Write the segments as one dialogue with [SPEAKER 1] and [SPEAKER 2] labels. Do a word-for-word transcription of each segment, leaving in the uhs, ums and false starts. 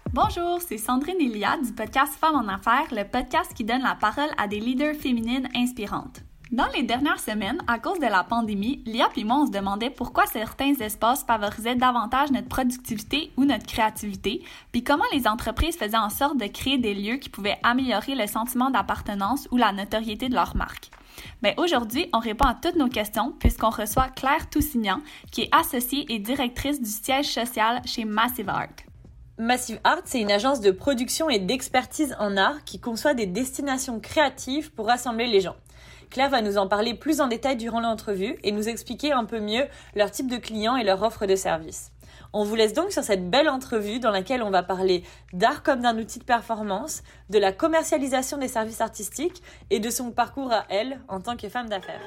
[SPEAKER 1] Bonjour, c'est Sandrine Elia du podcast Femmes en Affaires, le podcast qui donne la parole à des leaders féminines inspirantes. Dans les dernières semaines, à cause de la pandémie, Lia et moi on se demandait pourquoi certains espaces favorisaient davantage notre productivité ou notre créativité, puis comment les entreprises faisaient en sorte de créer des lieux qui pouvaient améliorer le sentiment d'appartenance ou la notoriété de leur marque. Bien, aujourd'hui, on répond à toutes nos questions puisqu'on reçoit Claire Toussignan, qui est associée et directrice du siège social chez Massive Art.
[SPEAKER 2] Massive Art, c'est une agence de production et d'expertise en art qui conçoit des destinations créatives pour rassembler les gens. Claire va nous en parler plus en détail durant l'entrevue et nous expliquer un peu mieux leur type de clients et leur offre de services. On vous laisse donc sur cette belle entrevue dans laquelle on va parler d'art comme d'un outil de performance, de la commercialisation des services artistiques et de son parcours à elle en tant que femme d'affaires.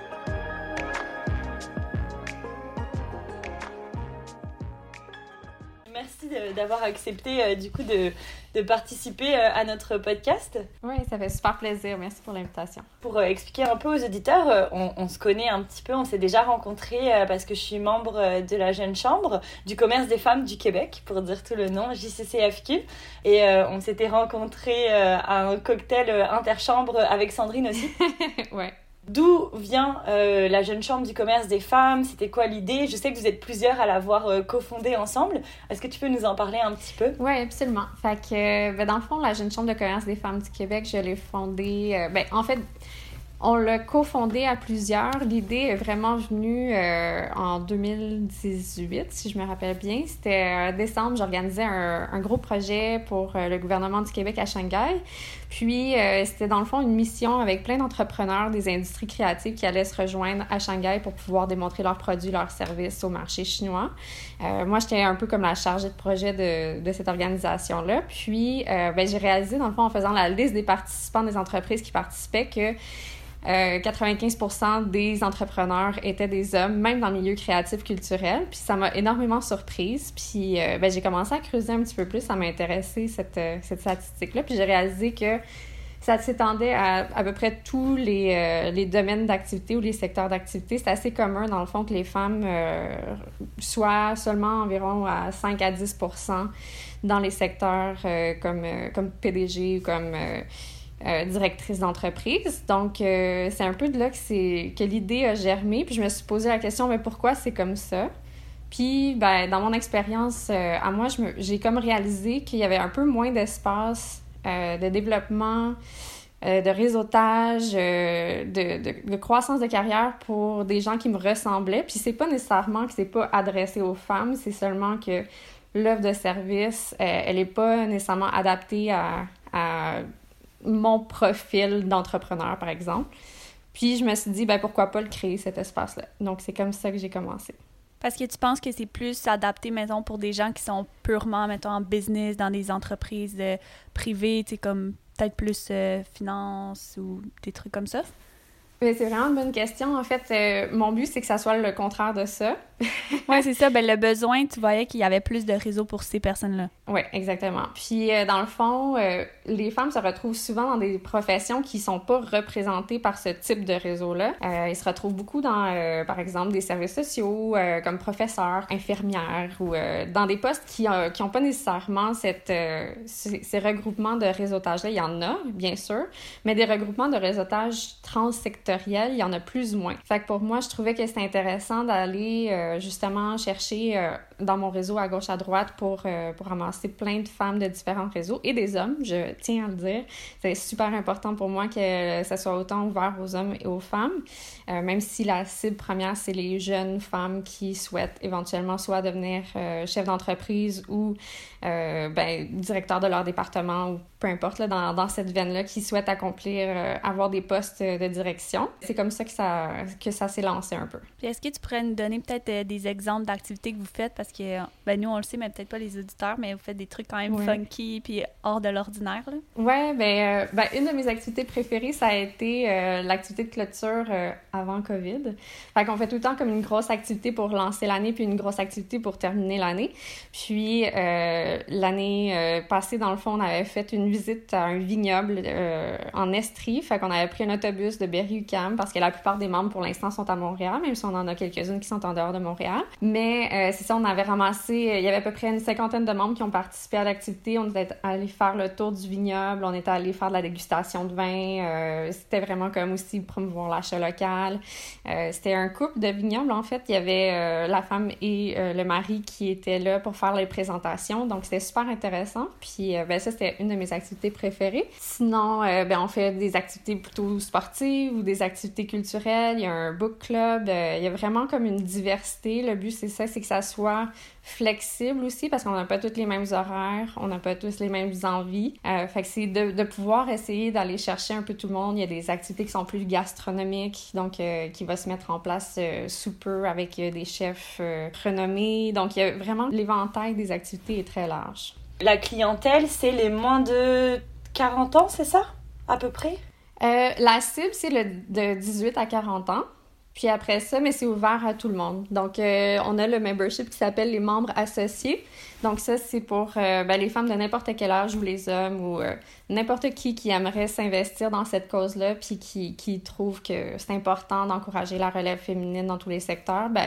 [SPEAKER 2] Merci d'avoir accepté euh, du coup de, de participer euh, à notre podcast.
[SPEAKER 3] Oui, ça fait super plaisir. Merci pour l'invitation.
[SPEAKER 2] Pour euh, expliquer un peu aux auditeurs, euh, on, on se connaît un petit peu, on s'est déjà rencontrés euh, parce que je suis membre euh, de la Jeune Chambre du commerce des femmes du Québec, pour dire tout le nom, J C C F Q. Et euh, on s'était rencontrés euh, à un cocktail euh, interchambre avec Sandrine aussi.
[SPEAKER 3] Ouais.
[SPEAKER 2] D'où vient euh, la Jeune Chambre du commerce des femmes? C'était quoi l'idée? Je sais que vous êtes plusieurs à l'avoir euh, cofondée ensemble. Est-ce que tu peux nous en parler un petit peu?
[SPEAKER 3] Oui, absolument. Fait que, ben, dans le fond, la Jeune Chambre de commerce des femmes du Québec, je l'ai fondée... Euh, ben, en fait, on l'a cofondée à plusieurs. L'idée est vraiment venue euh, en deux mille dix-huit, si je me rappelle bien. C'était en décembre, j'organisais un, un gros projet pour euh, le gouvernement du Québec à Shanghai. Puis, euh, c'était dans le fond une mission avec plein d'entrepreneurs des industries créatives qui allaient se rejoindre à Shanghai pour pouvoir démontrer leurs produits, leurs services au marché chinois. Euh, moi, j'étais un peu comme la chargée de projet de, de cette organisation-là. Puis, euh, ben, j'ai réalisé, dans le fond, en faisant la liste des participants des entreprises qui participaient, que Euh, quatre-vingt-quinze pour cent des entrepreneurs étaient des hommes, même dans le milieu créatif culturel. Puis ça m'a énormément surprise. Puis euh, ben, j'ai commencé à creuser un petit peu plus. Ça m'a intéressé, cette, euh, cette statistique-là. Puis j'ai réalisé que ça s'étendait à à peu près tous les, euh, les domaines d'activité ou les secteurs d'activité. C'est assez commun, dans le fond, que les femmes euh, soient seulement environ à cinq à dix pour cent dans les secteurs euh, comme, euh, comme P D G ou comme... Euh, Euh, directrice d'entreprise. Donc, euh, c'est un peu de là que, c'est, que l'idée a germé. Puis je me suis posé la question, mais pourquoi c'est comme ça? Puis, ben, dans mon expérience, euh, à moi, je me, j'ai comme réalisé qu'il y avait un peu moins d'espace euh, de développement, euh, de réseautage, euh, de, de, de croissance de carrière pour des gens qui me ressemblaient. Puis c'est pas nécessairement que c'est pas adressé aux femmes, c'est seulement que l'offre de service, euh, elle est pas nécessairement adaptée à... à mon profil d'entrepreneur, par exemple. Puis je me suis dit, ben pourquoi pas le créer, cet espace-là. Donc, c'est comme ça que j'ai commencé.
[SPEAKER 1] Parce que tu penses que c'est plus adapté, mettons, pour des gens qui sont purement, mettons, en business, dans des entreprises euh, privées, tu sais, comme peut-être plus euh, finance ou des trucs comme ça?
[SPEAKER 3] Bien, c'est vraiment une bonne question. En fait, euh, mon but, c'est que ça soit le contraire de ça.
[SPEAKER 1] Oui, c'est ça. Ben, le besoin, tu voyais qu'il y avait plus de réseaux pour ces personnes-là.
[SPEAKER 3] Oui, exactement. Puis, euh, dans le fond, euh, les femmes se retrouvent souvent dans des professions qui sont pas représentées par ce type de réseau-là. Euh, ils se retrouvent beaucoup dans, euh, par exemple, des services sociaux, euh, comme professeurs, infirmières, ou euh, dans des postes qui n'ont qui ont pas nécessairement cette, euh, ces, ces regroupements de réseautage-là. Il y en a, bien sûr, mais des regroupements de réseautage transsectoriels, il y en a plus ou moins. Fait que pour moi, je trouvais que c'était intéressant d'aller euh, justement chercher euh, dans mon réseau à gauche, à droite pour, euh, pour ramasser plein de femmes de différents réseaux et des hommes, je tiens à le dire. C'est super important pour moi que ça soit autant ouvert aux hommes et aux femmes, euh, même si la cible première, c'est les jeunes femmes qui souhaitent éventuellement soit devenir euh, chef d'entreprise ou euh, ben, directeur de leur département ou peu importe, là, dans, dans cette veine-là, qui souhaitent accomplir, euh, avoir des postes de direction. C'est comme ça que ça, que ça s'est lancé un peu.
[SPEAKER 1] Puis est-ce que tu pourrais nous donner peut-être euh, des exemples d'activités que vous faites? Parce que, ben nous, on le sait, mais peut-être pas les auditeurs, mais vous faites des trucs quand même
[SPEAKER 3] ouais.
[SPEAKER 1] funky puis hors de l'ordinaire, là.
[SPEAKER 3] Oui, bien, euh, ben, une de mes activités préférées, ça a été euh, l'activité de clôture euh, avant COVID. Fait qu'on fait tout le temps comme une grosse activité pour lancer l'année, puis une grosse activité pour terminer l'année. Puis, euh, l'année euh, passée, dans le fond, on avait fait une visite à un vignoble euh, en Estrie. Fait qu'on avait pris un autobus de Berry-UQAM parce que la plupart des membres, pour l'instant, sont à Montréal, même si on en a quelques-unes qui sont en dehors de Montréal. Mais euh, c'est ça, on avait ramassé, il y avait à peu près une cinquantaine de membres qui ont participé à l'activité. On était allé faire le tour du vignoble, on était allé faire de la dégustation de vin. Euh, c'était vraiment comme aussi promouvoir l'achat local. Euh, c'était un couple de vignobles, en fait. Il y avait euh, la femme et euh, le mari qui étaient là pour faire les présentations. Donc, c'était super intéressant. Puis, euh, ben ça, c'était une de mes activités préférées. Sinon, euh, ben on fait des activités plutôt sportives ou des activités culturelles. Il y a un book club. Euh, il y a vraiment comme une diversité. Le but, c'est ça, c'est que ça soit flexible aussi parce qu'on n'a pas tous les mêmes horaires, on n'a pas tous les mêmes envies. Euh, fait que c'est de, de pouvoir essayer d'aller chercher un peu tout le monde. Il y a des activités qui sont plus gastronomiques, donc euh, qui va se mettre en place euh, sous peu avec euh, des chefs euh, renommés. Donc, il y a vraiment l'éventail des activités est très large.
[SPEAKER 2] La clientèle, c'est les moins de quarante ans, c'est ça? À peu près?
[SPEAKER 3] Euh, la cible, c'est le de dix-huit à quarante ans. Puis après ça, mais c'est ouvert à tout le monde. Donc, euh, on a le membership qui s'appelle les membres associés. Donc ça, c'est pour euh, ben, les femmes de n'importe quel âge ou les hommes ou euh, n'importe qui qui aimerait s'investir dans cette cause-là puis qui, qui trouve que c'est important d'encourager la relève féminine dans tous les secteurs. Ben,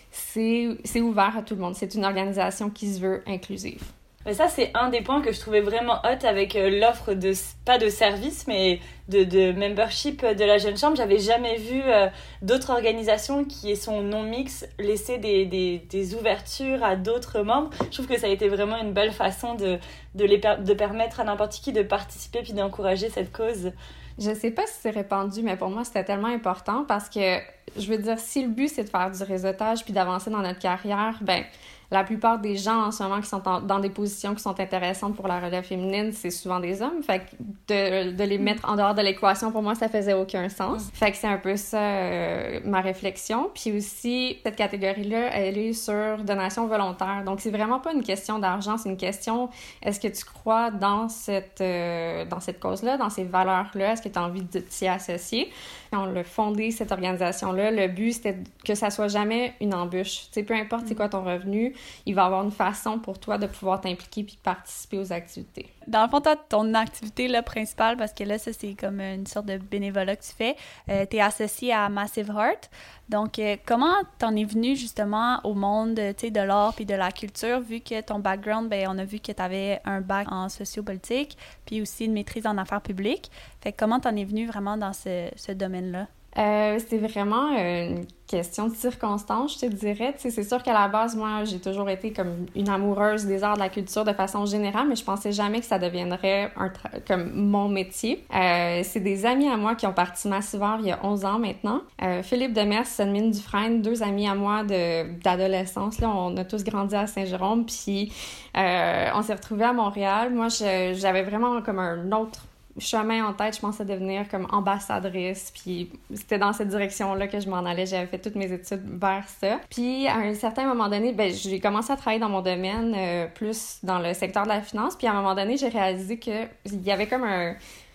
[SPEAKER 3] c'est, c'est ouvert à tout le monde. C'est une organisation qui se veut inclusive.
[SPEAKER 2] Mais ça, c'est un des points que je trouvais vraiment hot avec euh, l'offre de, pas de service, mais de, de membership de la Jeune Chambre. J'avais jamais vu euh, d'autres organisations qui sont non-mix laisser des, des, des ouvertures à d'autres membres. Je trouve que ça a été vraiment une belle façon de, de, les per- de permettre à n'importe qui de participer puis d'encourager cette cause.
[SPEAKER 3] Je sais pas si c'est répandu, mais pour moi, c'était tellement important parce que, je veux dire, si le but, c'est de faire du réseautage puis d'avancer dans notre carrière, ben la plupart des gens en ce moment qui sont en, dans des positions qui sont intéressantes pour la relève féminine, c'est souvent des hommes. Fait que de, de les mettre en dehors de l'équation, pour moi, ça faisait aucun sens. Mm. Fait que c'est un peu ça euh, ma réflexion. Puis aussi, cette catégorie-là, elle est sur donation volontaire. Donc, c'est vraiment pas une question d'argent, c'est une question, est-ce que tu crois dans cette, euh, dans cette cause-là, dans ces valeurs-là? Est-ce que tu as envie de t'y associer? Quand on a fondé cette organisation-là, le but, c'était que ça soit jamais une embûche. Tu sais, peu importe c'est quoi ton revenu, il va y avoir une façon pour toi de pouvoir t'impliquer puis participer aux activités.
[SPEAKER 1] Dans le fond, toi, ton activité là, principale, parce que là, ça, c'est comme une sorte de bénévolat que tu fais, euh, tu es associé à Massive Heart. Donc, euh, comment t'en es venu justement au monde de l'art puis de la culture, vu que ton background, ben, on a vu que tu avais un bac en sociopolitique, puis aussi une maîtrise en affaires publiques. Fait que comment t'en es venu vraiment dans ce, ce domaine-là?
[SPEAKER 3] Euh, c'est vraiment une question de circonstance, je te dirais. Tu sais, c'est sûr qu'à la base, moi, j'ai toujours été comme une amoureuse des arts, de la culture de façon générale, mais je pensais jamais que ça deviendrait un tra- comme mon métier. Euh, c'est des amis à moi qui ont parti Massive Art il y a onze ans maintenant. Euh, Philippe Demers, Sonmine Dufresne, deux amis à moi de, d'adolescence. Là, on a tous grandi à Saint-Jérôme, puis euh, on s'est retrouvés à Montréal. Moi, je, j'avais vraiment comme un autre chemin en tête, je pensais devenir comme ambassadrice, puis c'était dans cette direction-là que je m'en allais, j'avais fait toutes mes études vers ça. Puis à un certain moment donné, ben j'ai commencé à travailler dans mon domaine, euh, plus dans le secteur de la finance, puis à un moment donné, j'ai réalisé que il y avait comme un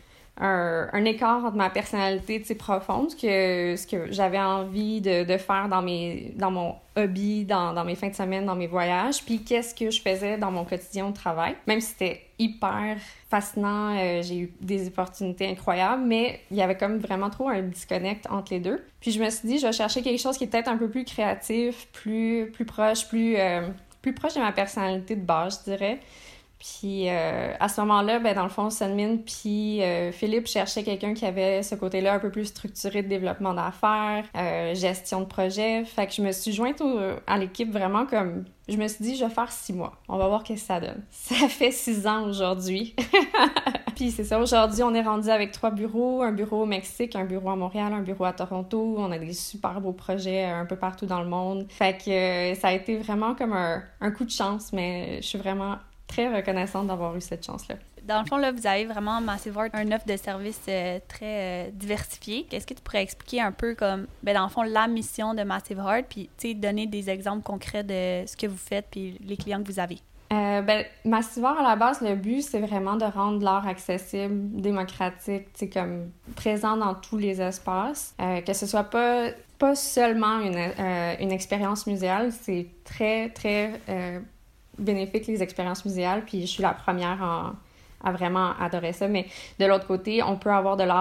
[SPEAKER 3] Un, un écart entre ma personnalité, tu sais, profonde, que ce que j'avais envie de, de faire dans mes dans mon hobby, dans, dans mes fins de semaine, dans mes voyages, puis qu'est-ce que je faisais dans mon quotidien au travail. Même si c'était hyper fascinant, euh, j'ai eu des opportunités incroyables, mais il y avait comme vraiment trop un disconnect entre les deux. Puis je me suis dit, je vais chercher quelque chose qui est peut-être un peu plus créatif, plus, plus proche, plus, euh, plus proche de ma personnalité de base, je dirais. Puis euh, à ce moment-là, ben dans le fond, Sonmine puis euh, Philippe cherchaient quelqu'un qui avait ce côté-là un peu plus structuré de développement d'affaires, euh, gestion de projet. Fait que je me suis jointe au, à l'équipe vraiment comme... Je me suis dit, je vais faire six mois. On va voir qu'est-ce que ça donne. Ça fait six ans aujourd'hui. Puis c'est ça, aujourd'hui, on est rendu avec trois bureaux. Un bureau au Mexique, un bureau à Montréal, un bureau à Toronto. On a des super beaux projets un peu partout dans le monde. Fait que euh, ça a été vraiment comme un, un coup de chance, mais je suis vraiment très reconnaissante d'avoir eu cette chance-là.
[SPEAKER 1] Dans le fond, là, vous avez vraiment Massive Art, un offre de services euh, très euh, diversifiée. Est-ce que tu pourrais expliquer un peu comme, ben, dans le fond, la mission de Massive Art, puis, tu sais, donner des exemples concrets de ce que vous faites puis les clients que vous avez?
[SPEAKER 3] Euh, ben, Massive Art, à la base, le but, c'est vraiment de rendre l'art accessible, démocratique, tu sais, comme présent dans tous les espaces. Euh, que ce soit pas, pas seulement une, euh, une expérience muséale, c'est très, très... Euh, bénéfique les expériences muséales, puis je suis la première en, à vraiment adorer ça. Mais de l'autre côté, on peut avoir de l'art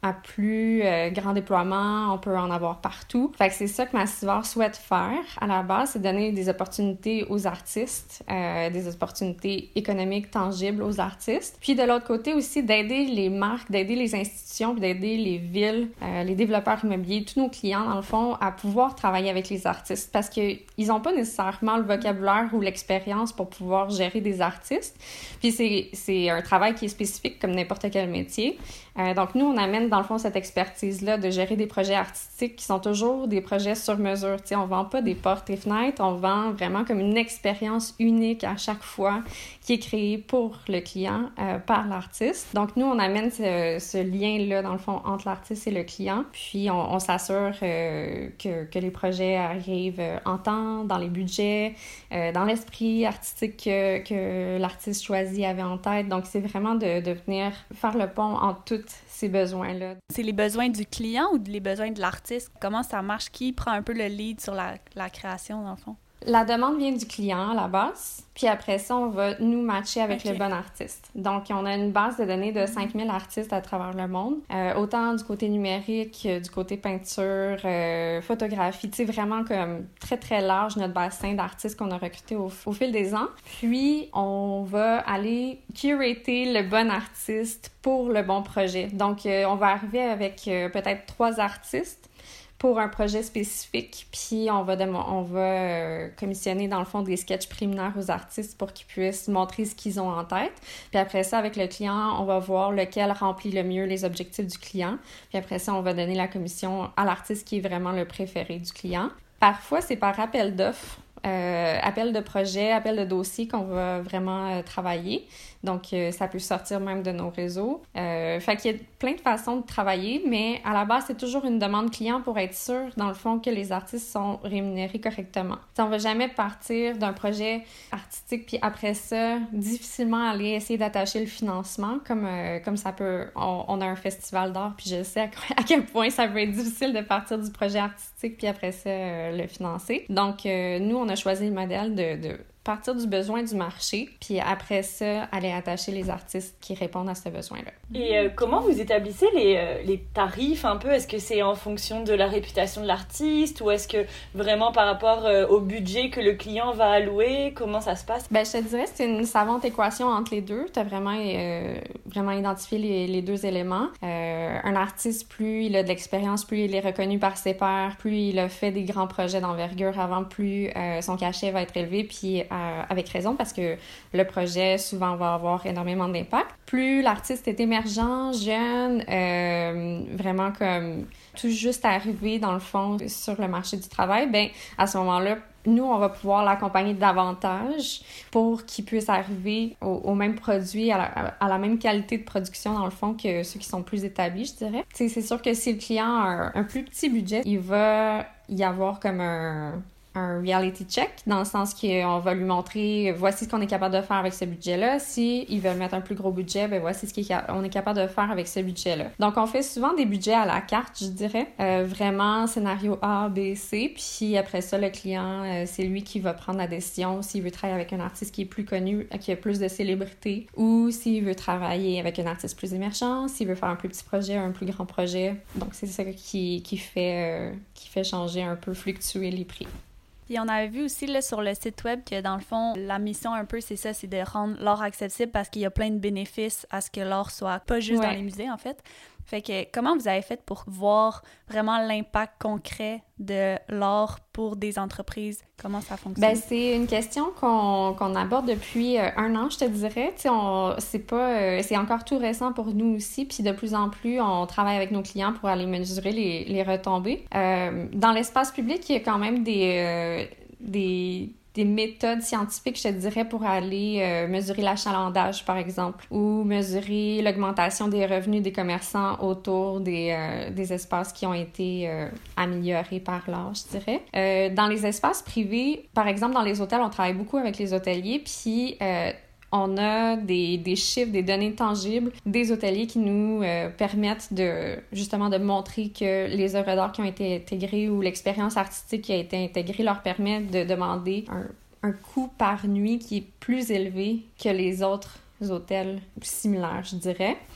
[SPEAKER 3] à plus euh, grand déploiement, on peut en avoir partout. Fait que c'est ça que Massivart souhaite faire à la base, c'est donner des opportunités aux artistes, euh, des opportunités économiques tangibles aux artistes. Puis de l'autre côté aussi, d'aider les marques, d'aider les institutions, puis d'aider les villes, euh, les développeurs immobiliers, tous nos clients dans le fond, à pouvoir travailler avec les artistes parce qu'ils n'ont pas nécessairement le vocabulaire ou l'expérience pour pouvoir gérer des artistes. Puis c'est, c'est un travail qui est spécifique comme n'importe quel métier. Euh, donc, nous, on amène, dans le fond, cette expertise-là de gérer des projets artistiques qui sont toujours des projets sur mesure. Tu sais, on vend pas des portes et fenêtres, on vend vraiment comme une expérience unique à chaque fois qui est créée pour le client euh, par l'artiste. Donc, nous, on amène ce, ce lien-là, dans le fond, entre l'artiste et le client. Puis, on, on s'assure euh, que, que les projets arrivent en temps, dans les budgets, euh, dans l'esprit artistique que, que l'artiste choisi avait en tête. Donc, c'est vraiment de, de venir faire le pont entre toutes ces besoins-là.
[SPEAKER 1] C'est les besoins du client ou les besoins de l'artiste? Comment ça marche? Qui prend un peu le lead sur la, la création, dans le fond?
[SPEAKER 3] La demande vient du client à la base, puis après ça, on va nous matcher avec
[SPEAKER 1] okay.
[SPEAKER 3] le bon artiste. Donc, on a une base de données de cinq mille artistes à travers le monde, euh, autant du côté numérique, du côté peinture, euh, photographie, tu sais, vraiment comme très, très large notre bassin d'artistes qu'on a recrutés au, au fil des ans. Puis, on va aller curater le bon artiste pour le bon projet. Donc, euh, on va arriver avec euh, peut-être trois artistes pour un projet spécifique, puis on va, dem- on va euh, commissionner dans le fond des sketchs préliminaires aux artistes pour qu'ils puissent montrer ce qu'ils ont en tête. Puis après ça, avec le client, on va voir lequel remplit le mieux les objectifs du client. Puis après ça, on va donner la commission à l'artiste qui est vraiment le préféré du client. Parfois, c'est par appel d'offres, euh, appel de projet, appel de dossier qu'on va vraiment euh, travailler. Donc, euh, ça peut sortir même de nos réseaux. Euh, fait qu'il y a plein de façons de travailler, mais à la base, c'est toujours une demande client pour être sûr, dans le fond, que les artistes sont rémunérés correctement. T'sais, on va jamais partir d'un projet artistique, puis après ça, difficilement aller essayer d'attacher le financement, comme, euh, comme ça peut... On, on a un festival d'art, puis je sais à, à quel point ça peut être difficile de partir du projet artistique, puis après ça, euh, le financer. Donc, euh, nous, on a choisi le modèle de... de partir du besoin du marché, puis après ça, aller attacher les artistes qui répondent à ce besoin-là.
[SPEAKER 2] Et euh, comment vous établissez les, euh, les tarifs un peu? Est-ce que c'est en fonction de la réputation de l'artiste ou est-ce que vraiment par rapport euh, au budget que le client va allouer? Comment ça se passe?
[SPEAKER 3] Ben, je te dirais que c'est une savante équation entre les deux. Tu as vraiment, euh, vraiment identifié les, les deux éléments. Euh, un artiste, plus il a de l'expérience, plus il est reconnu par ses pairs, plus il a fait des grands projets d'envergure avant, plus euh, son cachet va être élevé, puis euh, avec raison, parce que le projet, souvent, va avoir énormément d'impact. Plus l'artiste est émergent, jeune, euh, vraiment comme tout juste arrivé, dans le fond, sur le marché du travail, ben à ce moment-là, nous, on va pouvoir l'accompagner davantage pour qu'il puisse arriver au, au même produit, à la, à la même qualité de production, dans le fond, que ceux qui sont plus établis, je dirais. T'sais, c'est sûr que si le client a un, un plus petit budget, il va y avoir comme un... un reality check, dans le sens qu'on va lui montrer voici ce qu'on est capable de faire avec ce budget-là. Si ils veulent mettre un plus gros budget, ben voici ce qu'on est capable de faire avec ce budget-là. Donc, on fait souvent des budgets à la carte, je dirais. Euh, vraiment, scénario A, B, C. Puis après ça, le client, euh, c'est lui qui va prendre la décision s'il veut travailler avec un artiste qui est plus connu, qui a plus de célébrité, ou s'il veut travailler avec un artiste plus émergent, s'il veut faire un plus petit projet, un plus grand projet. Donc, c'est ça qui, qui, fait, euh, qui fait changer un peu, fluctuer les prix.
[SPEAKER 1] Puis on avait vu aussi là, sur le site web que dans le fond, la mission un peu, c'est ça, c'est de rendre l'art accessible parce qu'il y a plein de bénéfices à ce que l'art soit pas juste ouais. dans les musées, en fait. Fait que comment vous avez fait pour voir vraiment l'impact concret de l'art pour des entreprises? Comment ça fonctionne?
[SPEAKER 3] Ben c'est une question qu'on, qu'on aborde depuis euh, un an, je te dirais. Tu sais, on, c'est pas, euh, c'est encore tout récent pour nous aussi, puis de plus en plus, on travaille avec nos clients pour aller mesurer les, les retombées. Euh, dans l'espace public, il y a quand même des... Euh, des des méthodes scientifiques, je te dirais, pour aller euh, mesurer l'achalandage, par exemple, ou mesurer l'augmentation des revenus des commerçants autour des, euh, des espaces qui ont été euh, améliorés par l'art, je dirais. Euh, dans les espaces privés, par exemple, dans les hôtels, on travaille beaucoup avec les hôteliers, puis euh, on a des, des chiffres, des données tangibles des hôteliers qui nous euh, permettent de justement de montrer que les œuvres d'art qui ont été intégrées ou l'expérience artistique qui a été intégrée leur permet de demander un, un coût par nuit qui est plus élevé que les autres hôtels similaires, je dirais.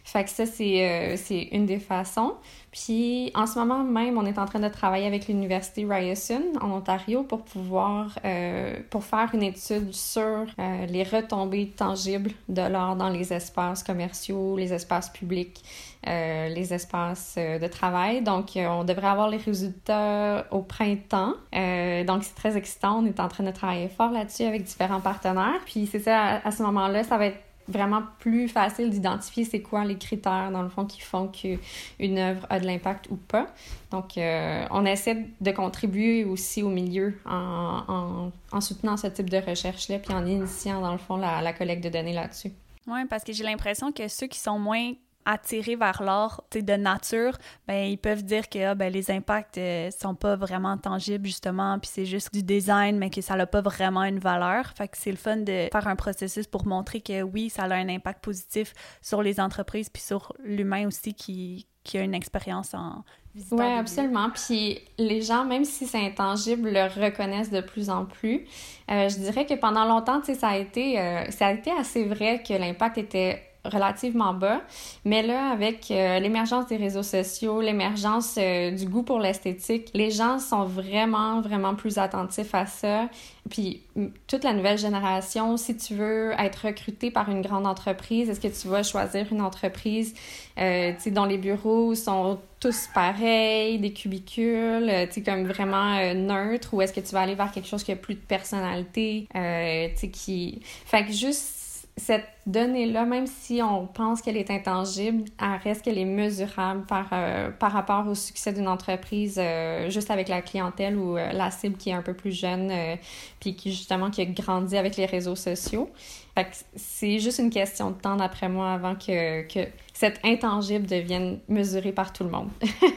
[SPEAKER 3] Fait que ça, c'est, euh, c'est une des façons. Puis, en ce moment même, on est en train de travailler avec l'Université Ryerson en Ontario pour pouvoir, euh, pour faire une étude sur euh, les retombées tangibles de l'art dans les espaces commerciaux, les espaces publics, euh, les espaces euh, de travail. Donc, euh, on devrait avoir les résultats au printemps. Euh, donc, c'est très excitant. On est en train de travailler fort là-dessus avec différents partenaires. Puis, c'est ça, à, à ce moment-là, ça va être vraiment plus facile d'identifier c'est quoi les critères, dans le fond, qui font qu'une œuvre a de l'impact ou pas. Donc, euh, on essaie de contribuer aussi au milieu en, en, en soutenant ce type de recherche-là, puis en initiant, dans le fond, la, la collecte de données là-dessus.
[SPEAKER 1] Oui, parce que j'ai l'impression que ceux qui sont moins attirés vers l'art de nature, ben ils peuvent dire que ah, ben, les impacts euh, sont pas vraiment tangibles, justement, puis c'est juste du design, mais que ça n'a pas vraiment une valeur. Fait que c'est le fun de faire un processus pour montrer que oui, ça a un impact positif sur les entreprises puis sur l'humain aussi qui, qui a une expérience en visitant.
[SPEAKER 3] Oui, absolument. Puis les gens, même si c'est intangible, le reconnaissent de plus en plus. Euh, je dirais que pendant longtemps, tu sais, ça a été, euh, ça a été assez vrai que l'impact était relativement bas, mais là, avec euh, l'émergence des réseaux sociaux, l'émergence euh, du goût pour l'esthétique, les gens sont vraiment, vraiment plus attentifs à ça. Puis toute la nouvelle génération, si tu veux être recruté par une grande entreprise, est-ce que tu vas choisir une entreprise euh, tu sais, dont les bureaux sont tous pareils, des cubicules, tu sais, comme vraiment euh, neutres, ou est-ce que tu vas aller vers quelque chose qui a plus de personnalité, euh, tu sais, qui... Fait que juste cette donnée-là, même si on pense qu'elle est intangible, elle reste qu'elle est mesurable par, euh, par rapport au succès d'une entreprise euh, juste avec la clientèle ou euh, la cible qui est un peu plus jeune euh, puis qui, justement, qui a grandi avec les réseaux sociaux. Fait que c'est juste une question de temps, d'après moi, avant que, que cette intangible devienne mesurée par tout le monde.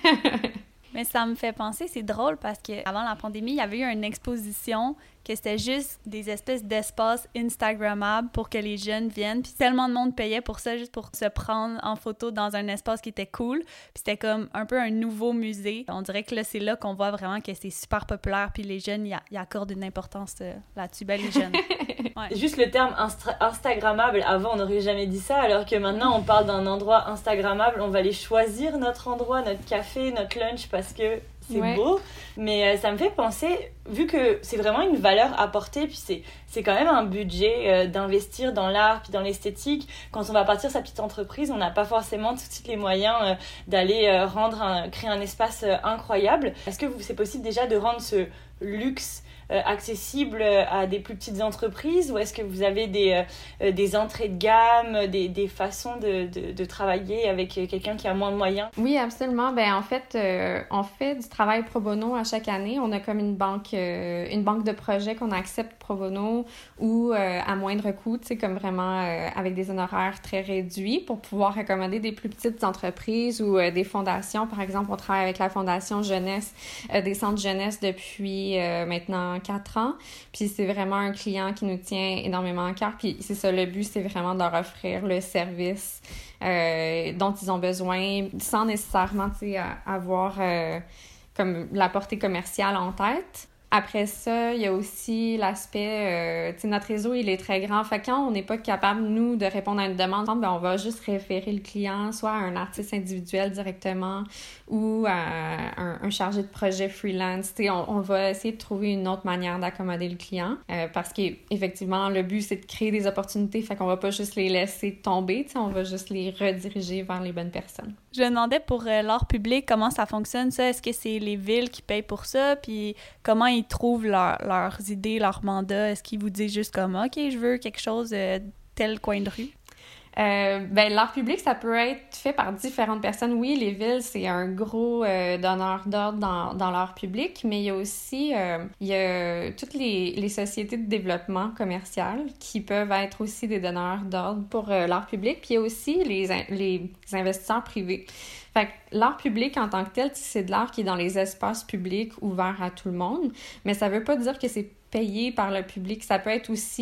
[SPEAKER 1] Mais ça me fait penser, c'est drôle parce qu'avant la pandémie, il y avait eu une exposition que c'était juste des espèces d'espaces Instagrammables pour que les jeunes viennent. Puis tellement de monde payait pour ça, juste pour se prendre en photo dans un espace qui était cool. Puis c'était comme un peu un nouveau musée. On dirait que là, c'est là qu'on voit vraiment que c'est super populaire. Puis les jeunes, ils y accordent une importance euh, là-dessus. Ben, les jeunes. Ouais.
[SPEAKER 2] Juste le terme instra- Instagrammable, avant, on n'aurait jamais dit ça, alors que maintenant, on parle d'un endroit Instagrammable. On va aller choisir notre endroit, notre café, notre lunch, parce que c'est ouais. beau, mais euh, ça me fait penser, vu que c'est vraiment une valeur apportée, puis c'est, c'est quand même un budget euh, d'investir dans l'art, puis dans l'esthétique. Quand on va partir sa petite entreprise, on n'a pas forcément tout de suite les moyens euh, d'aller euh, rendre un, créer un espace euh, incroyable. Est-ce que vous, c'est possible déjà de rendre ce luxe euh, accessible à des plus petites entreprises, ou est-ce que vous avez des, euh, des entrées de gamme, des, des façons de, de, de travailler avec quelqu'un qui a moins de moyens?
[SPEAKER 3] Oui, absolument. Ben, en fait, euh, on fait du travail pro bono à chaque année. On a comme une banque, euh, une banque de projets qu'on accepte pro bono ou euh, à moindre coût, tu sais, comme vraiment euh, avec des honoraires très réduits pour pouvoir accommoder des plus petites entreprises ou euh, des fondations. Par exemple, on travaille avec la Fondation Jeunesse, euh, des centres jeunesse depuis euh, maintenant quatre ans. Puis c'est vraiment un client qui nous tient énormément à cœur. Puis c'est ça, le but, c'est vraiment de leur offrir le service euh, dont ils ont besoin sans nécessairement, tu sais, avoir euh, comme la portée commerciale en tête. Après ça, il y a aussi l'aspect, euh, tu sais, notre réseau, il est très grand. Fait que quand on n'est pas capable, nous, de répondre à une demande, ben, on va juste référer le client, soit à un artiste individuel directement ou à un, un chargé de projet freelance. Tu sais, on, on va essayer de trouver une autre manière d'accommoder le client euh, parce qu'effectivement, le but, c'est de créer des opportunités. Fait qu'on va pas juste les laisser tomber, tu sais, on va juste les rediriger vers les bonnes personnes.
[SPEAKER 1] Je me demandais pour euh, l'art public, comment ça fonctionne, ça? Est-ce que c'est les villes qui payent pour ça? Puis comment ils trouvent leur, leurs idées, leurs mandats? Est-ce qu'ils vous disent juste comme « OK, je veux quelque chose euh, tel coin de rue ».
[SPEAKER 3] Euh, ben, l'art public, ça peut être fait par différentes personnes. Oui, les villes, c'est un gros euh, donneur d'ordre dans, dans l'art public, mais il y a aussi euh, il y a toutes les, les sociétés de développement commercial qui peuvent être aussi des donneurs d'ordre pour euh, l'art public. Puis il y a aussi les, les investisseurs privés. Fait que l'art public en tant que tel, c'est de l'art qui est dans les espaces publics ouverts à tout le monde, mais ça veut pas dire que c'est payé par le public. Ça peut être aussi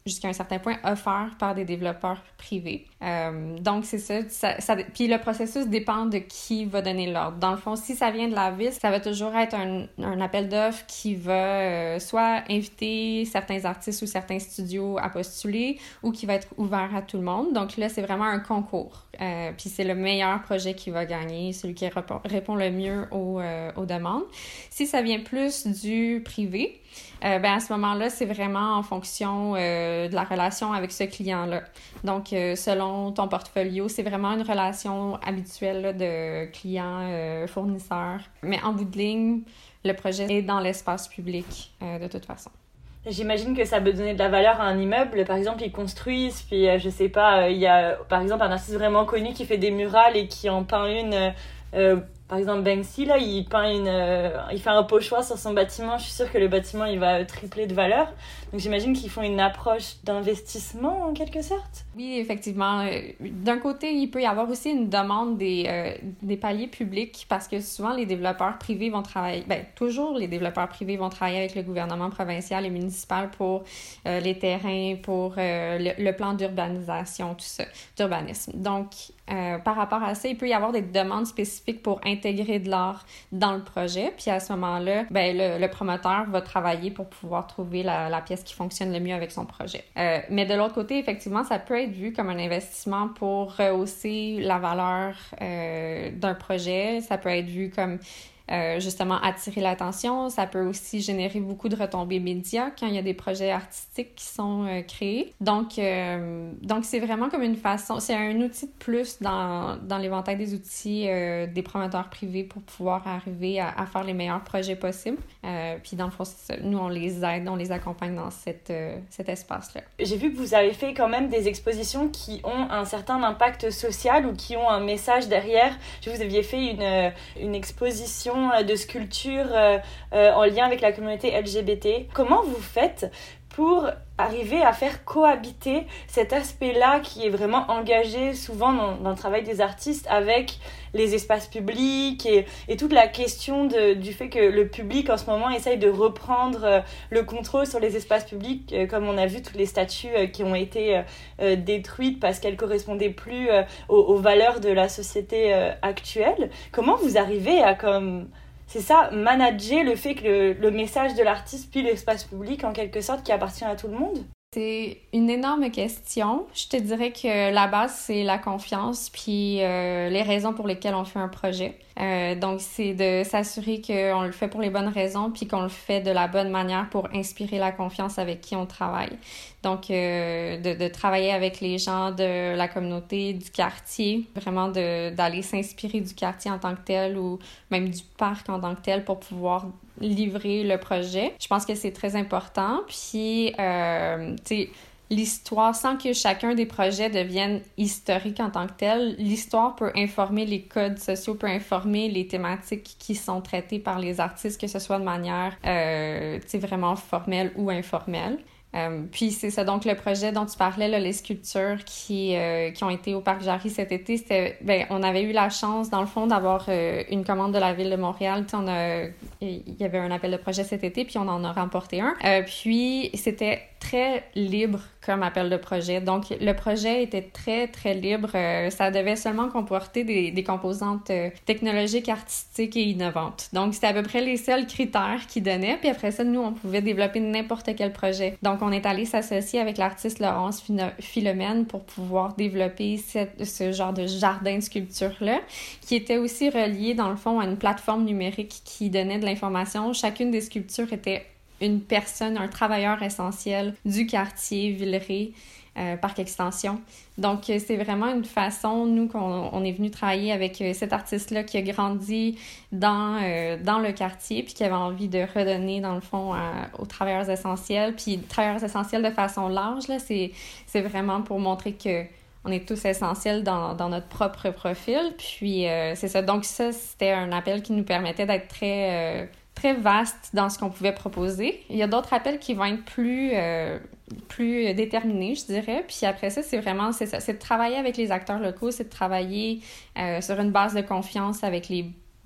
[SPEAKER 3] jusqu'à un certain point, offert par des développeurs privés. Euh, donc, c'est ça, ça, ça. Puis le processus dépend de qui va donner l'ordre. Dans le fond, si ça vient de la ville, ça va toujours être un, un appel d'offres qui va euh, soit inviter certains artistes ou certains studios à postuler ou qui va être ouvert à tout le monde. Donc là, c'est vraiment un concours. Euh, puis c'est le meilleur projet qui va gagner, celui qui répond, répond le mieux aux, euh, aux demandes. Si ça vient plus du privé, Euh, ben à ce moment-là, c'est vraiment en fonction euh, de la relation avec ce client-là. Donc, euh, selon ton portfolio, c'est vraiment une relation habituelle là, de client-fournisseur. Mais en bout de ligne, le projet est dans l'espace public euh, de toute façon.
[SPEAKER 2] J'imagine que ça peut donner de la valeur à un immeuble. Par exemple, ils construisent, puis euh, je sais pas, il euh, y a par exemple un artiste vraiment connu qui fait des murales et qui en peint une... Euh, Par exemple, Banksy, là, il peint une, euh, il fait un pochoir sur son bâtiment. Je suis sûre que le bâtiment, il va tripler de valeur. Donc, j'imagine qu'ils font une approche d'investissement, en quelque sorte.
[SPEAKER 3] Oui, effectivement. D'un côté, il peut y avoir aussi une demande des, euh, des paliers publics parce que souvent, les développeurs privés vont travailler... Ben, toujours, les développeurs privés vont travailler avec le gouvernement provincial et municipal pour euh, les terrains, pour euh, le, le plan d'urbanisation, tout ça, d'urbanisme. Donc, euh, par rapport à ça, il peut y avoir des demandes spécifiques pour intégrer de l'art dans le projet. Puis à ce moment-là, ben, le, le promoteur va travailler pour pouvoir trouver la, la pièce qui fonctionne le mieux avec son projet. Euh, mais de l'autre côté, effectivement, ça peut être vu comme un investissement pour rehausser la valeur euh, d'un projet. Ça peut être vu comme Euh, justement attirer l'attention. Ça peut aussi générer beaucoup de retombées médias quand il y a des projets artistiques qui sont euh, créés. Donc, euh, donc, c'est vraiment comme une façon... C'est un outil de plus dans, dans l'éventail des outils euh, des promoteurs privés pour pouvoir arriver à, à faire les meilleurs projets possibles. Euh, puis, dans le fond, nous, on les aide, on les accompagne dans cette, euh, cet espace-là.
[SPEAKER 2] J'ai vu que vous avez fait quand même des expositions qui ont un certain impact social ou qui ont un message derrière. Je vous aviez fait une, une exposition de sculpture euh, euh, en lien avec la communauté L G B T. Comment vous faites pour arriver à faire cohabiter cet aspect-là qui est vraiment engagé souvent dans, dans le travail des artistes avec les espaces publics et, et toute la question de, du fait que le public en ce moment essaye de reprendre euh, le contrôle sur les espaces publics, euh, comme on a vu toutes les statues euh, qui ont été euh, euh, détruites parce qu'elles correspondaient plus euh, aux, aux valeurs de la société euh, actuelle. Comment vous arrivez à comme... C'est ça, manager le fait que le, le message de l'artiste puis l'espace public, en quelque sorte, qui appartient à tout le monde?
[SPEAKER 3] C'est une énorme question. Je te dirais que la base, c'est la confiance puis euh, les raisons pour lesquelles on fait un projet. Euh, donc, c'est de s'assurer qu'on le fait pour les bonnes raisons puis qu'on le fait de la bonne manière pour inspirer la confiance avec qui on travaille. Donc, euh, de, de travailler avec les gens de la communauté, du quartier, vraiment de, d'aller s'inspirer du quartier en tant que tel ou même du parc en tant que tel pour pouvoir livrer le projet. Je pense que c'est très important. Puis, euh, tu sais, l'histoire, sans que chacun des projets devienne historique en tant que tel, l'histoire peut informer les codes sociaux, peut informer les thématiques qui sont traitées par les artistes, que ce soit de manière, euh, tu sais, vraiment formelle ou informelle. Euh, puis c'est ça, donc le projet dont tu parlais, là, les sculptures qui, euh, qui ont été au Parc Jarry cet été, c'était, ben, on avait eu la chance, dans le fond, d'avoir euh, une commande de la Ville de Montréal. Tu sais, on a, il y avait un appel de projet cet été, puis on en a remporté un. Euh, puis c'était très libre comme appel de projet. Donc, le projet était très, très libre. Euh, ça devait seulement comporter des, des composantes euh, technologiques, artistiques et innovantes. Donc, c'était à peu près les seuls critères qu'ils donnaient. Puis après ça, nous, on pouvait développer n'importe quel projet. Donc, on est allé s'associer avec l'artiste Laurence Philomène pour pouvoir développer cette, ce genre de jardin de sculpture-là, qui était aussi relié, dans le fond, à une plateforme numérique qui donnait de l'information. Chacune des sculptures était une personne, un travailleur essentiel du quartier Villeray, euh, Parc Extension. Donc, c'est vraiment une façon, nous, qu'on on est venu travailler avec cet artiste-là qui a grandi dans, euh, dans le quartier puis qui avait envie de redonner, dans le fond, à, aux travailleurs essentiels. Puis, travailleurs essentiels de façon large, là, c'est, c'est vraiment pour montrer que on est tous essentiels dans, dans notre propre profil. Puis, euh, c'est ça. Donc, ça, c'était un appel qui nous permettait d'être très... Euh, très vaste dans ce qu'on pouvait proposer. Il y a d'autres appels qui vont être plus, euh, plus déterminés, je dirais. Puis après ça, c'est vraiment, c'est ça, c'est de travailler avec les acteurs locaux, c'est de travailler euh, sur une base de confiance avec les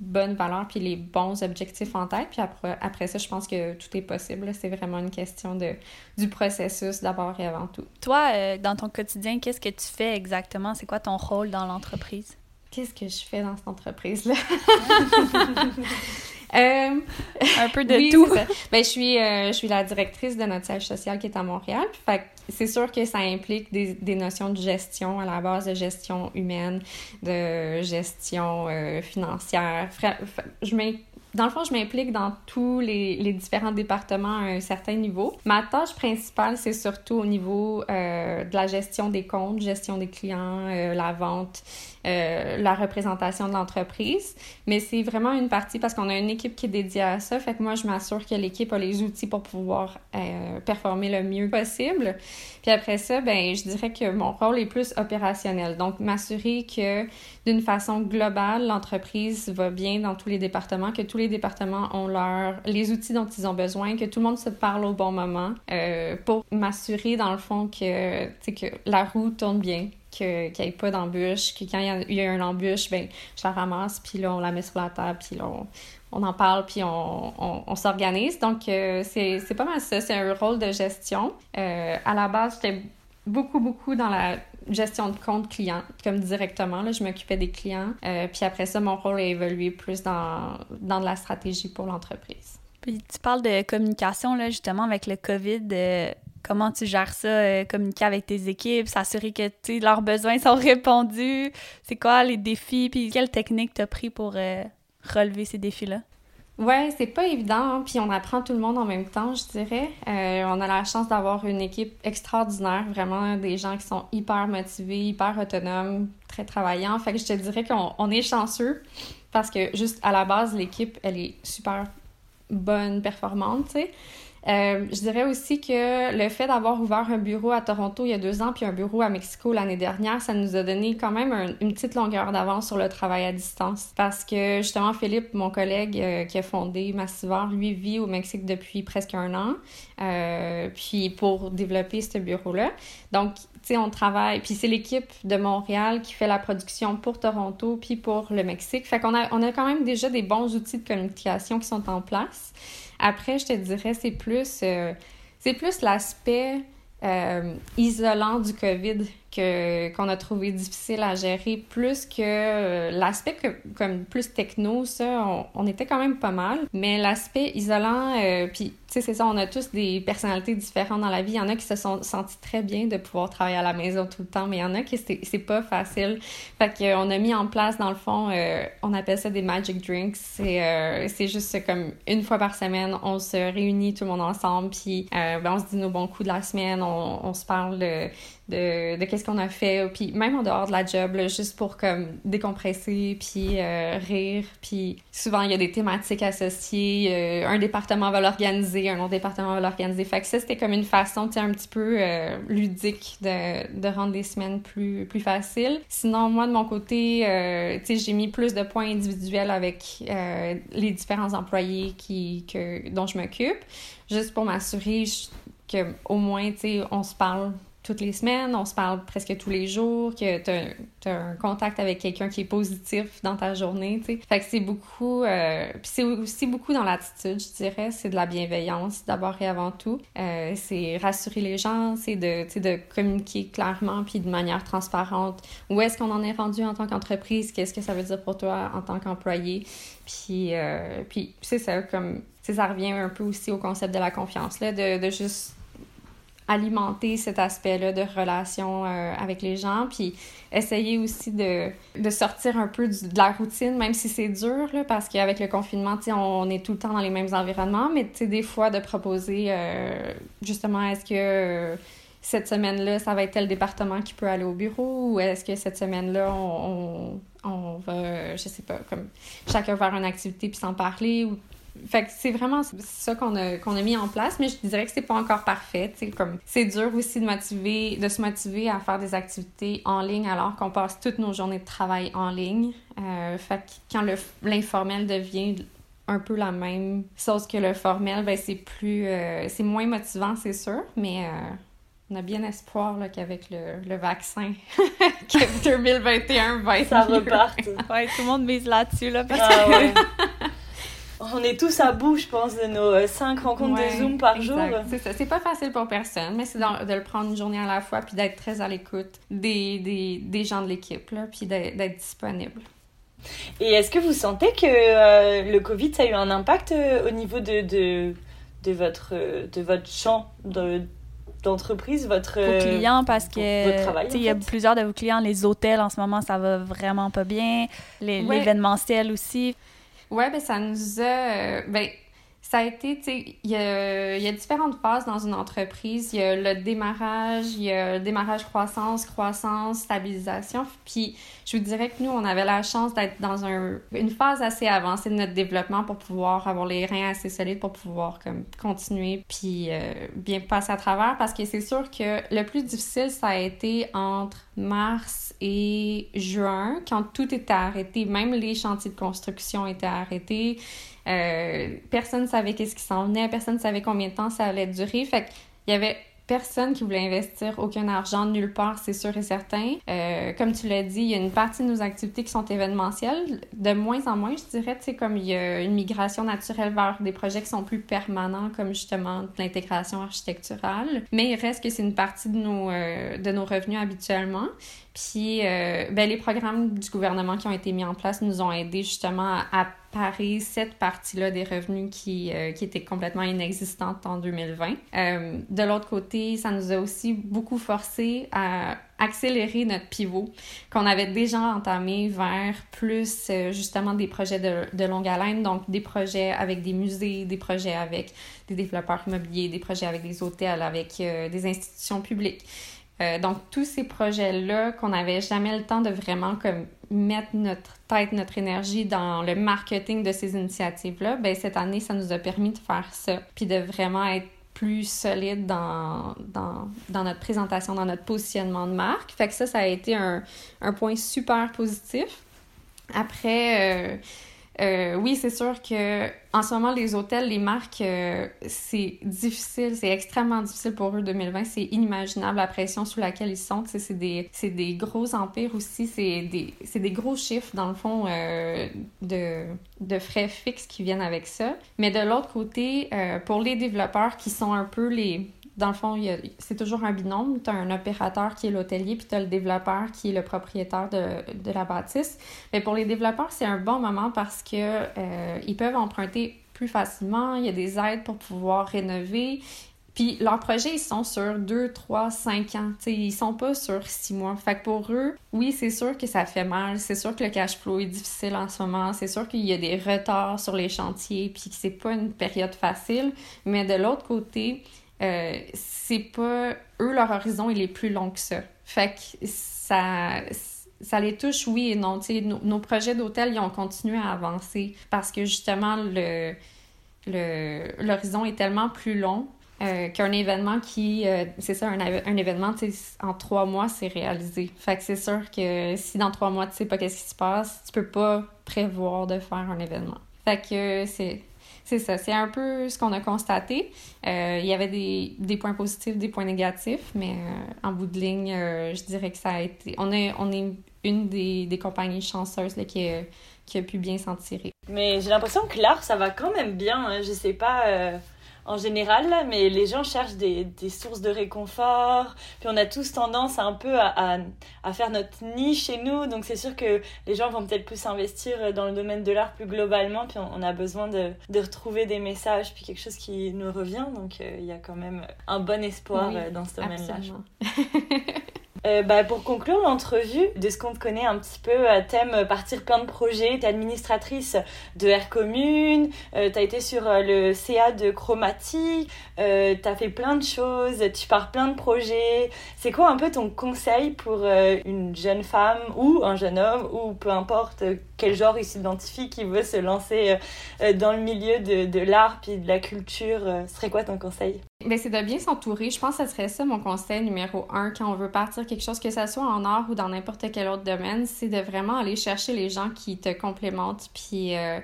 [SPEAKER 3] bonnes valeurs puis les bons objectifs en tête. Puis après, après ça, je pense que tout est possible. C'est vraiment une question de, du processus d'abord et avant tout.
[SPEAKER 1] Toi, euh, dans ton quotidien, qu'est-ce que tu fais exactement? C'est quoi ton rôle dans l'entreprise?
[SPEAKER 3] Qu'est-ce que je fais dans cette entreprise-là? Euh,
[SPEAKER 1] un peu de
[SPEAKER 3] oui,
[SPEAKER 1] tout.
[SPEAKER 3] Ben, je suis, euh, je suis la directrice de notre siège social qui est à Montréal. Fait que c'est sûr que ça implique des, des notions de gestion à la base, de gestion humaine, de gestion euh, financière. Je m'in... Dans le fond, je m'implique dans tous les, les différents départements à un certain niveau. Ma tâche principale, c'est surtout au niveau euh, de la gestion des comptes, gestion des clients, euh, la vente, euh, la représentation de l'entreprise. Mais c'est vraiment une partie parce qu'on a une équipe qui est dédiée à ça. Fait que moi, je m'assure que l'équipe a les outils pour pouvoir euh, performer le mieux possible. Puis après ça, ben, je dirais que mon rôle est plus opérationnel. Donc, m'assurer que d'une façon globale, l'entreprise va bien dans tous les départements, que tous les départements ont leur, les outils dont ils ont besoin, que tout le monde se parle au bon moment, euh, pour m'assurer, dans le fond, que, que la roue tourne bien, que, qu'il n'y ait pas d'embûche, que quand il y a, il y a une embûche, ben, je la ramasse, puis là, on la met sur la table, puis là, on, on en parle, puis on, on, on s'organise. Donc, euh, c'est, c'est pas mal ça. C'est un rôle de gestion. Euh, à la base, j'étais beaucoup, beaucoup dans la gestion de compte client, comme directement. Là, je m'occupais des clients. Euh, puis après ça, mon rôle a évolué plus dans, dans de la stratégie pour l'entreprise.
[SPEAKER 1] Puis tu parles de communication, là, justement, avec le COVID. Euh, comment tu gères ça, euh, communiquer avec tes équipes, s'assurer que leurs besoins sont répondus? C'est quoi les défis? Puis quelle technique t'as pris pour euh, relever ces défis-là?
[SPEAKER 3] Ouais, c'est pas évident, hein? Puis on apprend tout le monde en même temps, je dirais. Euh, on a la chance d'avoir une équipe extraordinaire, vraiment des gens qui sont hyper motivés, hyper autonomes, très travaillants. Fait que je te dirais qu'on on est chanceux parce que juste à la base, l'équipe, elle est super bonne, performante, tu sais. Euh, je dirais aussi que le fait d'avoir ouvert un bureau à Toronto il y a deux ans puis un bureau à Mexico l'année dernière, ça nous a donné quand même un, une petite longueur d'avance sur le travail à distance. Parce que justement, Philippe, mon collègue euh, qui a fondé Massivore, lui vit au Mexique depuis presque un an. Euh, puis pour développer ce bureau-là. Donc, tu sais, on travaille. Puis c'est l'équipe de Montréal qui fait la production pour Toronto puis pour le Mexique. Fait qu'on a, on a quand même déjà des bons outils de communication qui sont en place. Après, je te dirais, c'est plus, euh, c'est plus l'aspect euh, isolant du COVID que, qu'on a trouvé difficile à gérer, plus que euh, l'aspect que, comme plus techno, ça, on, on était quand même pas mal. Mais l'aspect isolant, euh, puis tu sais, c'est ça, on a tous des personnalités différentes dans la vie. Il y en a qui se sont sentis très bien de pouvoir travailler à la maison tout le temps, mais il y en a qui c'est, c'est pas facile. Fait qu'on a mis en place, dans le fond, euh, on appelle ça des magic drinks. C'est, euh, c'est juste comme une fois par semaine, on se réunit tout le monde ensemble, puis euh, ben, on se dit nos bons coups de la semaine, on, on se parle de, de, de qu'est-ce qu'on a fait, puis même en dehors de la job, là, juste pour comme décompresser, puis euh, rire, puis souvent il y a des thématiques associées, euh, un département va l'organiser, un autre département va l'organiser, fait que ça c'était comme une façon, tu sais, un petit peu euh, ludique de, de rendre les semaines plus, plus faciles. Sinon, moi de mon côté, euh, tu sais, j'ai mis plus de points individuels avec euh, les différents employés qui, que, dont je m'occupe, juste pour m'assurer que au moins, tu sais, on se parle toutes les semaines, on se parle presque tous les jours, que t'as, t'as un contact avec quelqu'un qui est positif dans ta journée, tu sais. Fait que c'est beaucoup... Euh, puis c'est aussi beaucoup dans l'attitude, je dirais. C'est de la bienveillance, d'abord et avant tout. Euh, c'est rassurer les gens, c'est de, tu sais, de communiquer clairement puis de manière transparente. Où est-ce qu'on en est rendu en tant qu'entreprise? Qu'est-ce que ça veut dire pour toi en tant qu'employé? Puis, euh, puis c'est ça, comme... Tu sais, ça revient un peu aussi au concept de la confiance, là, de, de juste... alimenter cet aspect-là de relation euh, avec les gens, puis essayer aussi de, de sortir un peu du, de la routine, même si c'est dur, là, parce qu'avec le confinement, tu sais, on, on est tout le temps dans les mêmes environnements, mais tu sais, des fois, de proposer, euh, justement, est-ce que euh, cette semaine-là, ça va être tel département qui peut aller au bureau, ou est-ce que cette semaine-là, on, on, on va, je sais pas, comme chacun faire une activité puis s'en parler, ou fait que c'est vraiment ça qu'on a, qu'on a mis en place, mais je dirais que c'est pas encore parfait. T'sais, comme c'est dur aussi de motiver, de se motiver à faire des activités en ligne alors qu'on passe toutes nos journées de travail en ligne. Euh, fait que quand le, l'informel devient un peu la même chose que le formel, ben c'est plus, euh, c'est moins motivant, c'est sûr, mais euh, on a bien espoir là, qu'avec le, le vaccin, que deux mille vingt et un va être
[SPEAKER 2] ça
[SPEAKER 3] mieux.
[SPEAKER 2] reparte.
[SPEAKER 1] Ouais, tout le monde mise là-dessus, là, parce
[SPEAKER 2] Ah
[SPEAKER 1] que...
[SPEAKER 2] ouais. On est tous à bout, je pense, de nos euh, cinq rencontres
[SPEAKER 3] Ouais,
[SPEAKER 2] de Zoom par
[SPEAKER 3] exact.
[SPEAKER 2] jour.
[SPEAKER 3] C'est ça. C'est pas facile pour personne, mais c'est de, de le prendre une journée à la fois, puis d'être très à l'écoute des, des, des gens de l'équipe, là, puis d'être, d'être disponible.
[SPEAKER 2] Et est-ce que vous sentez que euh, le Covid, ça a eu un impact euh, au niveau de, de, de, votre, euh, de votre champ de, d'entreprise, votre...
[SPEAKER 1] Vos clients, parce
[SPEAKER 2] votre- votre
[SPEAKER 1] que
[SPEAKER 2] travail,
[SPEAKER 1] tu sais,
[SPEAKER 2] en
[SPEAKER 1] il y a
[SPEAKER 2] fait?
[SPEAKER 1] plusieurs de vos clients, les hôtels en ce moment, ça va vraiment pas bien, les,
[SPEAKER 3] Ouais.
[SPEAKER 1] l'événementiel aussi.
[SPEAKER 3] Ouais, ben ça nous a... euh, ben, ça a été, tu sais, il y a, il y a différentes phases dans une entreprise. Il y a le démarrage, il y a le démarrage croissance, croissance, stabilisation. Puis je vous dirais que nous, on avait la chance d'être dans un, une phase assez avancée de notre développement pour pouvoir avoir les reins assez solides pour pouvoir comme continuer puis euh, bien passer à travers. Parce que c'est sûr que le plus difficile, ça a été entre mars et juin, quand tout était arrêté. Même les chantiers de construction étaient arrêtés. Euh, personne ne savait qu'est-ce qui s'en venait, personne ne savait combien de temps ça allait durer. Fait qu'il y avait personne qui voulait investir aucun argent nulle part, c'est sûr et certain. Euh, comme tu l'as dit, il y a une partie de nos activités qui sont événementielles. De moins en moins, je dirais, tu sais, comme il y a une migration naturelle vers des projets qui sont plus permanents, comme justement l'intégration architecturale. Mais il reste que c'est une partie de nos, euh, de nos revenus habituellement. Puis, euh, ben, les programmes du gouvernement qui ont été mis en place nous ont aidés justement à, à parer cette partie-là des revenus qui, euh, qui étaient complètement inexistantes en deux mille vingt. Euh, de l'autre côté, ça nous a aussi beaucoup forcé à accélérer notre pivot qu'on avait déjà entamé vers plus euh, justement des projets de, de longue haleine, donc des projets avec des musées, des projets avec des développeurs immobiliers, des projets avec des hôtels, avec euh, des institutions publiques. Euh, donc, tous ces projets-là qu'on n'avait jamais le temps de vraiment comme mettre notre tête, notre énergie dans le marketing de ces initiatives-là, ben cette année, ça nous a permis de faire ça, puis de vraiment être plus solide dans, dans, dans notre présentation, dans notre positionnement de marque. Fait que ça, ça a été un, un point super positif. Après... Euh, Euh, oui, c'est sûr que en ce moment, les hôtels, les marques, euh, c'est difficile, c'est extrêmement difficile pour eux deux mille vingt. C'est inimaginable la pression sous laquelle ils sont. C'est, c'est, des, c'est des gros empires aussi, c'est des, c'est des gros chiffres, dans le fond, euh, de, de frais fixes qui viennent avec ça. Mais de l'autre côté, euh, pour les développeurs qui sont un peu les... Dans le fond, il y a, c'est toujours un binôme. Tu as un opérateur qui est l'hôtelier, puis tu as le développeur qui est le propriétaire de, de la bâtisse. Mais pour les développeurs, c'est un bon moment parce que euh, ils peuvent emprunter plus facilement. Il y a des aides pour pouvoir rénover. Puis leurs projets, ils sont sur deux, trois, cinq ans. T'sais, ils sont pas sur six mois. Fait que pour eux, oui, c'est sûr que ça fait mal. C'est sûr que le cash flow est difficile en ce moment. C'est sûr qu'il y a des retards sur les chantiers, puis que c'est pas une période facile. Mais de l'autre côté... Euh, c'est pas... Eux, leur horizon, il est plus long que ça. Fait que ça... Ça les touche, oui et non. Tu sais, nos, nos projets d'hôtel, ils ont continué à avancer parce que, justement, le, le, l'horizon est tellement plus long euh, qu'un événement qui... Euh, c'est ça, un, un événement, tu sais, en trois mois, c'est réalisé. Fait que c'est sûr que si dans trois mois, tu sais pas qu'est-ce qui se passe, tu peux pas prévoir de faire un événement. Fait que c'est... C'est ça, c'est un peu ce qu'on a constaté. Euh, il y avait des, des points positifs, des points négatifs, mais euh, en bout de ligne, euh, je dirais que ça a été... On est, on est une des, des compagnies chanceuses là, qui, a, qui a pu bien s'en tirer.
[SPEAKER 2] Mais j'ai l'impression que l'art, ça va quand même bien. Hein. Je sais pas... Euh... en général, là, mais les gens cherchent des, des sources de réconfort. Puis on a tous tendance un peu à, à, à faire notre niche chez nous. Donc c'est sûr que les gens vont peut-être plus s'investir dans le domaine de l'art plus globalement. Puis on, on a besoin de, de retrouver des messages, puis quelque chose qui nous revient. Donc il euh, y a quand même un bon espoir
[SPEAKER 3] oui,
[SPEAKER 2] euh, dans ce domaine-là.
[SPEAKER 3] Absolument.
[SPEAKER 2] Euh, bah, pour conclure l'entrevue, de ce qu'on te connaît un petit peu, euh, t'aimes partir plein de projets, t'es administratrice de Air Commune, euh, t'as été sur euh, le C A de Chromatique, euh, t'as fait plein de choses, tu pars plein de projets. C'est quoi un peu ton conseil pour euh, une jeune femme ou un jeune homme, ou peu importe euh, quel genre il s'identifie, qui veut se lancer euh, dans le milieu de, de l'art puis de la culture, euh, ce serait quoi ton conseil?
[SPEAKER 3] Bien, c'est de bien s'entourer. Je pense que ce serait ça mon conseil numéro un quand on veut partir quelque chose, que ce soit en art ou dans n'importe quel autre domaine, c'est de vraiment aller chercher les gens qui te complémentent. Puis euh,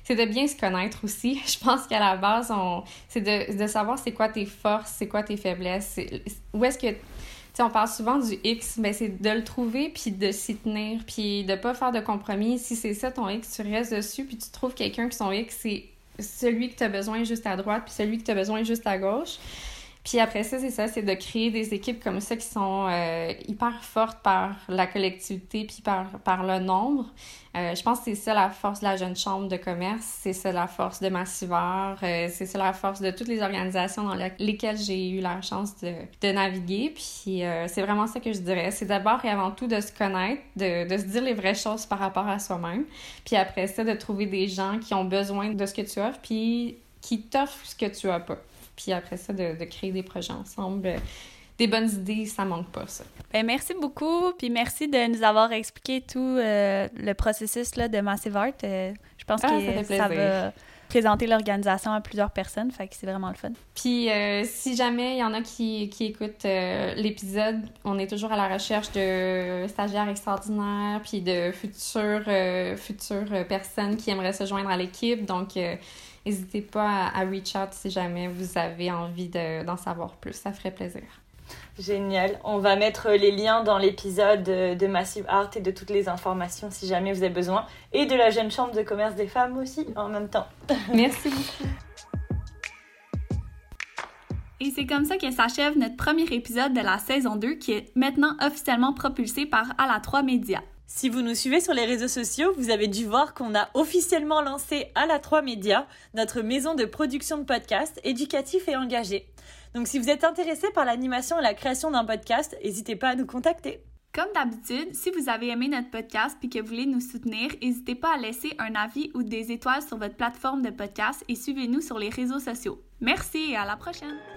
[SPEAKER 3] c'est de bien se connaître aussi. Je pense qu'à la base, on c'est de, de savoir c'est quoi tes forces, c'est quoi tes faiblesses, c'est, où est-ce que... Tu sais, on parle souvent du X, mais c'est de le trouver puis de s'y tenir, puis de pas faire de compromis. Si c'est ça ton X, tu restes dessus, puis tu trouves quelqu'un qui son X, c'est celui que tu as besoin juste à droite, puis celui que tu as besoin juste à gauche. Puis après ça, c'est ça, c'est de créer des équipes comme ça qui sont euh, hyper fortes par la collectivité puis par, par le nombre. Euh, je pense que c'est ça la force de la Jeune Chambre de commerce, c'est ça la force de Massivert, euh, c'est ça la force de toutes les organisations dans la, lesquelles j'ai eu la chance de, de naviguer. Puis euh, c'est vraiment ça que je dirais. C'est d'abord et avant tout de se connaître, de, de se dire les vraies choses par rapport à soi-même. Puis après ça, de trouver des gens qui ont besoin de ce que tu offres puis qui t'offrent ce que tu as pas. Puis après ça, de, de créer des projets ensemble. Des bonnes idées, ça manque pas, ça.
[SPEAKER 1] Bien, merci beaucoup, puis merci de nous avoir expliqué tout euh, le processus là, de Massivert. Euh, je pense
[SPEAKER 3] ah,
[SPEAKER 1] que ça, ça va présenter l'organisation à plusieurs personnes, fait que c'est vraiment le fun.
[SPEAKER 3] Puis euh, si jamais il y en a qui, qui écoutent euh, l'épisode, on est toujours à la recherche de stagiaires extraordinaires, puis de futures, euh, futures personnes qui aimeraient se joindre à l'équipe, donc... Euh, N'hésitez pas à, à reach out si jamais vous avez envie de, d'en savoir plus. Ça ferait plaisir.
[SPEAKER 2] Génial. On va mettre les liens dans l'épisode de Massivert et de toutes les informations si jamais vous avez besoin. Et de la Jeune Chambre de commerce des femmes aussi en même temps.
[SPEAKER 3] Merci beaucoup.
[SPEAKER 1] Et c'est comme ça que s'achève notre premier épisode de la saison deux qui est maintenant officiellement propulsé par À la trois Médias.
[SPEAKER 2] Si vous nous suivez sur les réseaux sociaux, vous avez dû voir qu'on a officiellement lancé À la trois Médias, notre maison de production de podcasts éducatifs et engagés. Donc si vous êtes intéressé par l'animation et la création d'un podcast, n'hésitez pas à nous contacter.
[SPEAKER 1] Comme d'habitude, si vous avez aimé notre podcast et que vous voulez nous soutenir, n'hésitez pas à laisser un avis ou des étoiles sur votre plateforme de podcast et suivez-nous sur les réseaux sociaux. Merci et à la prochaine!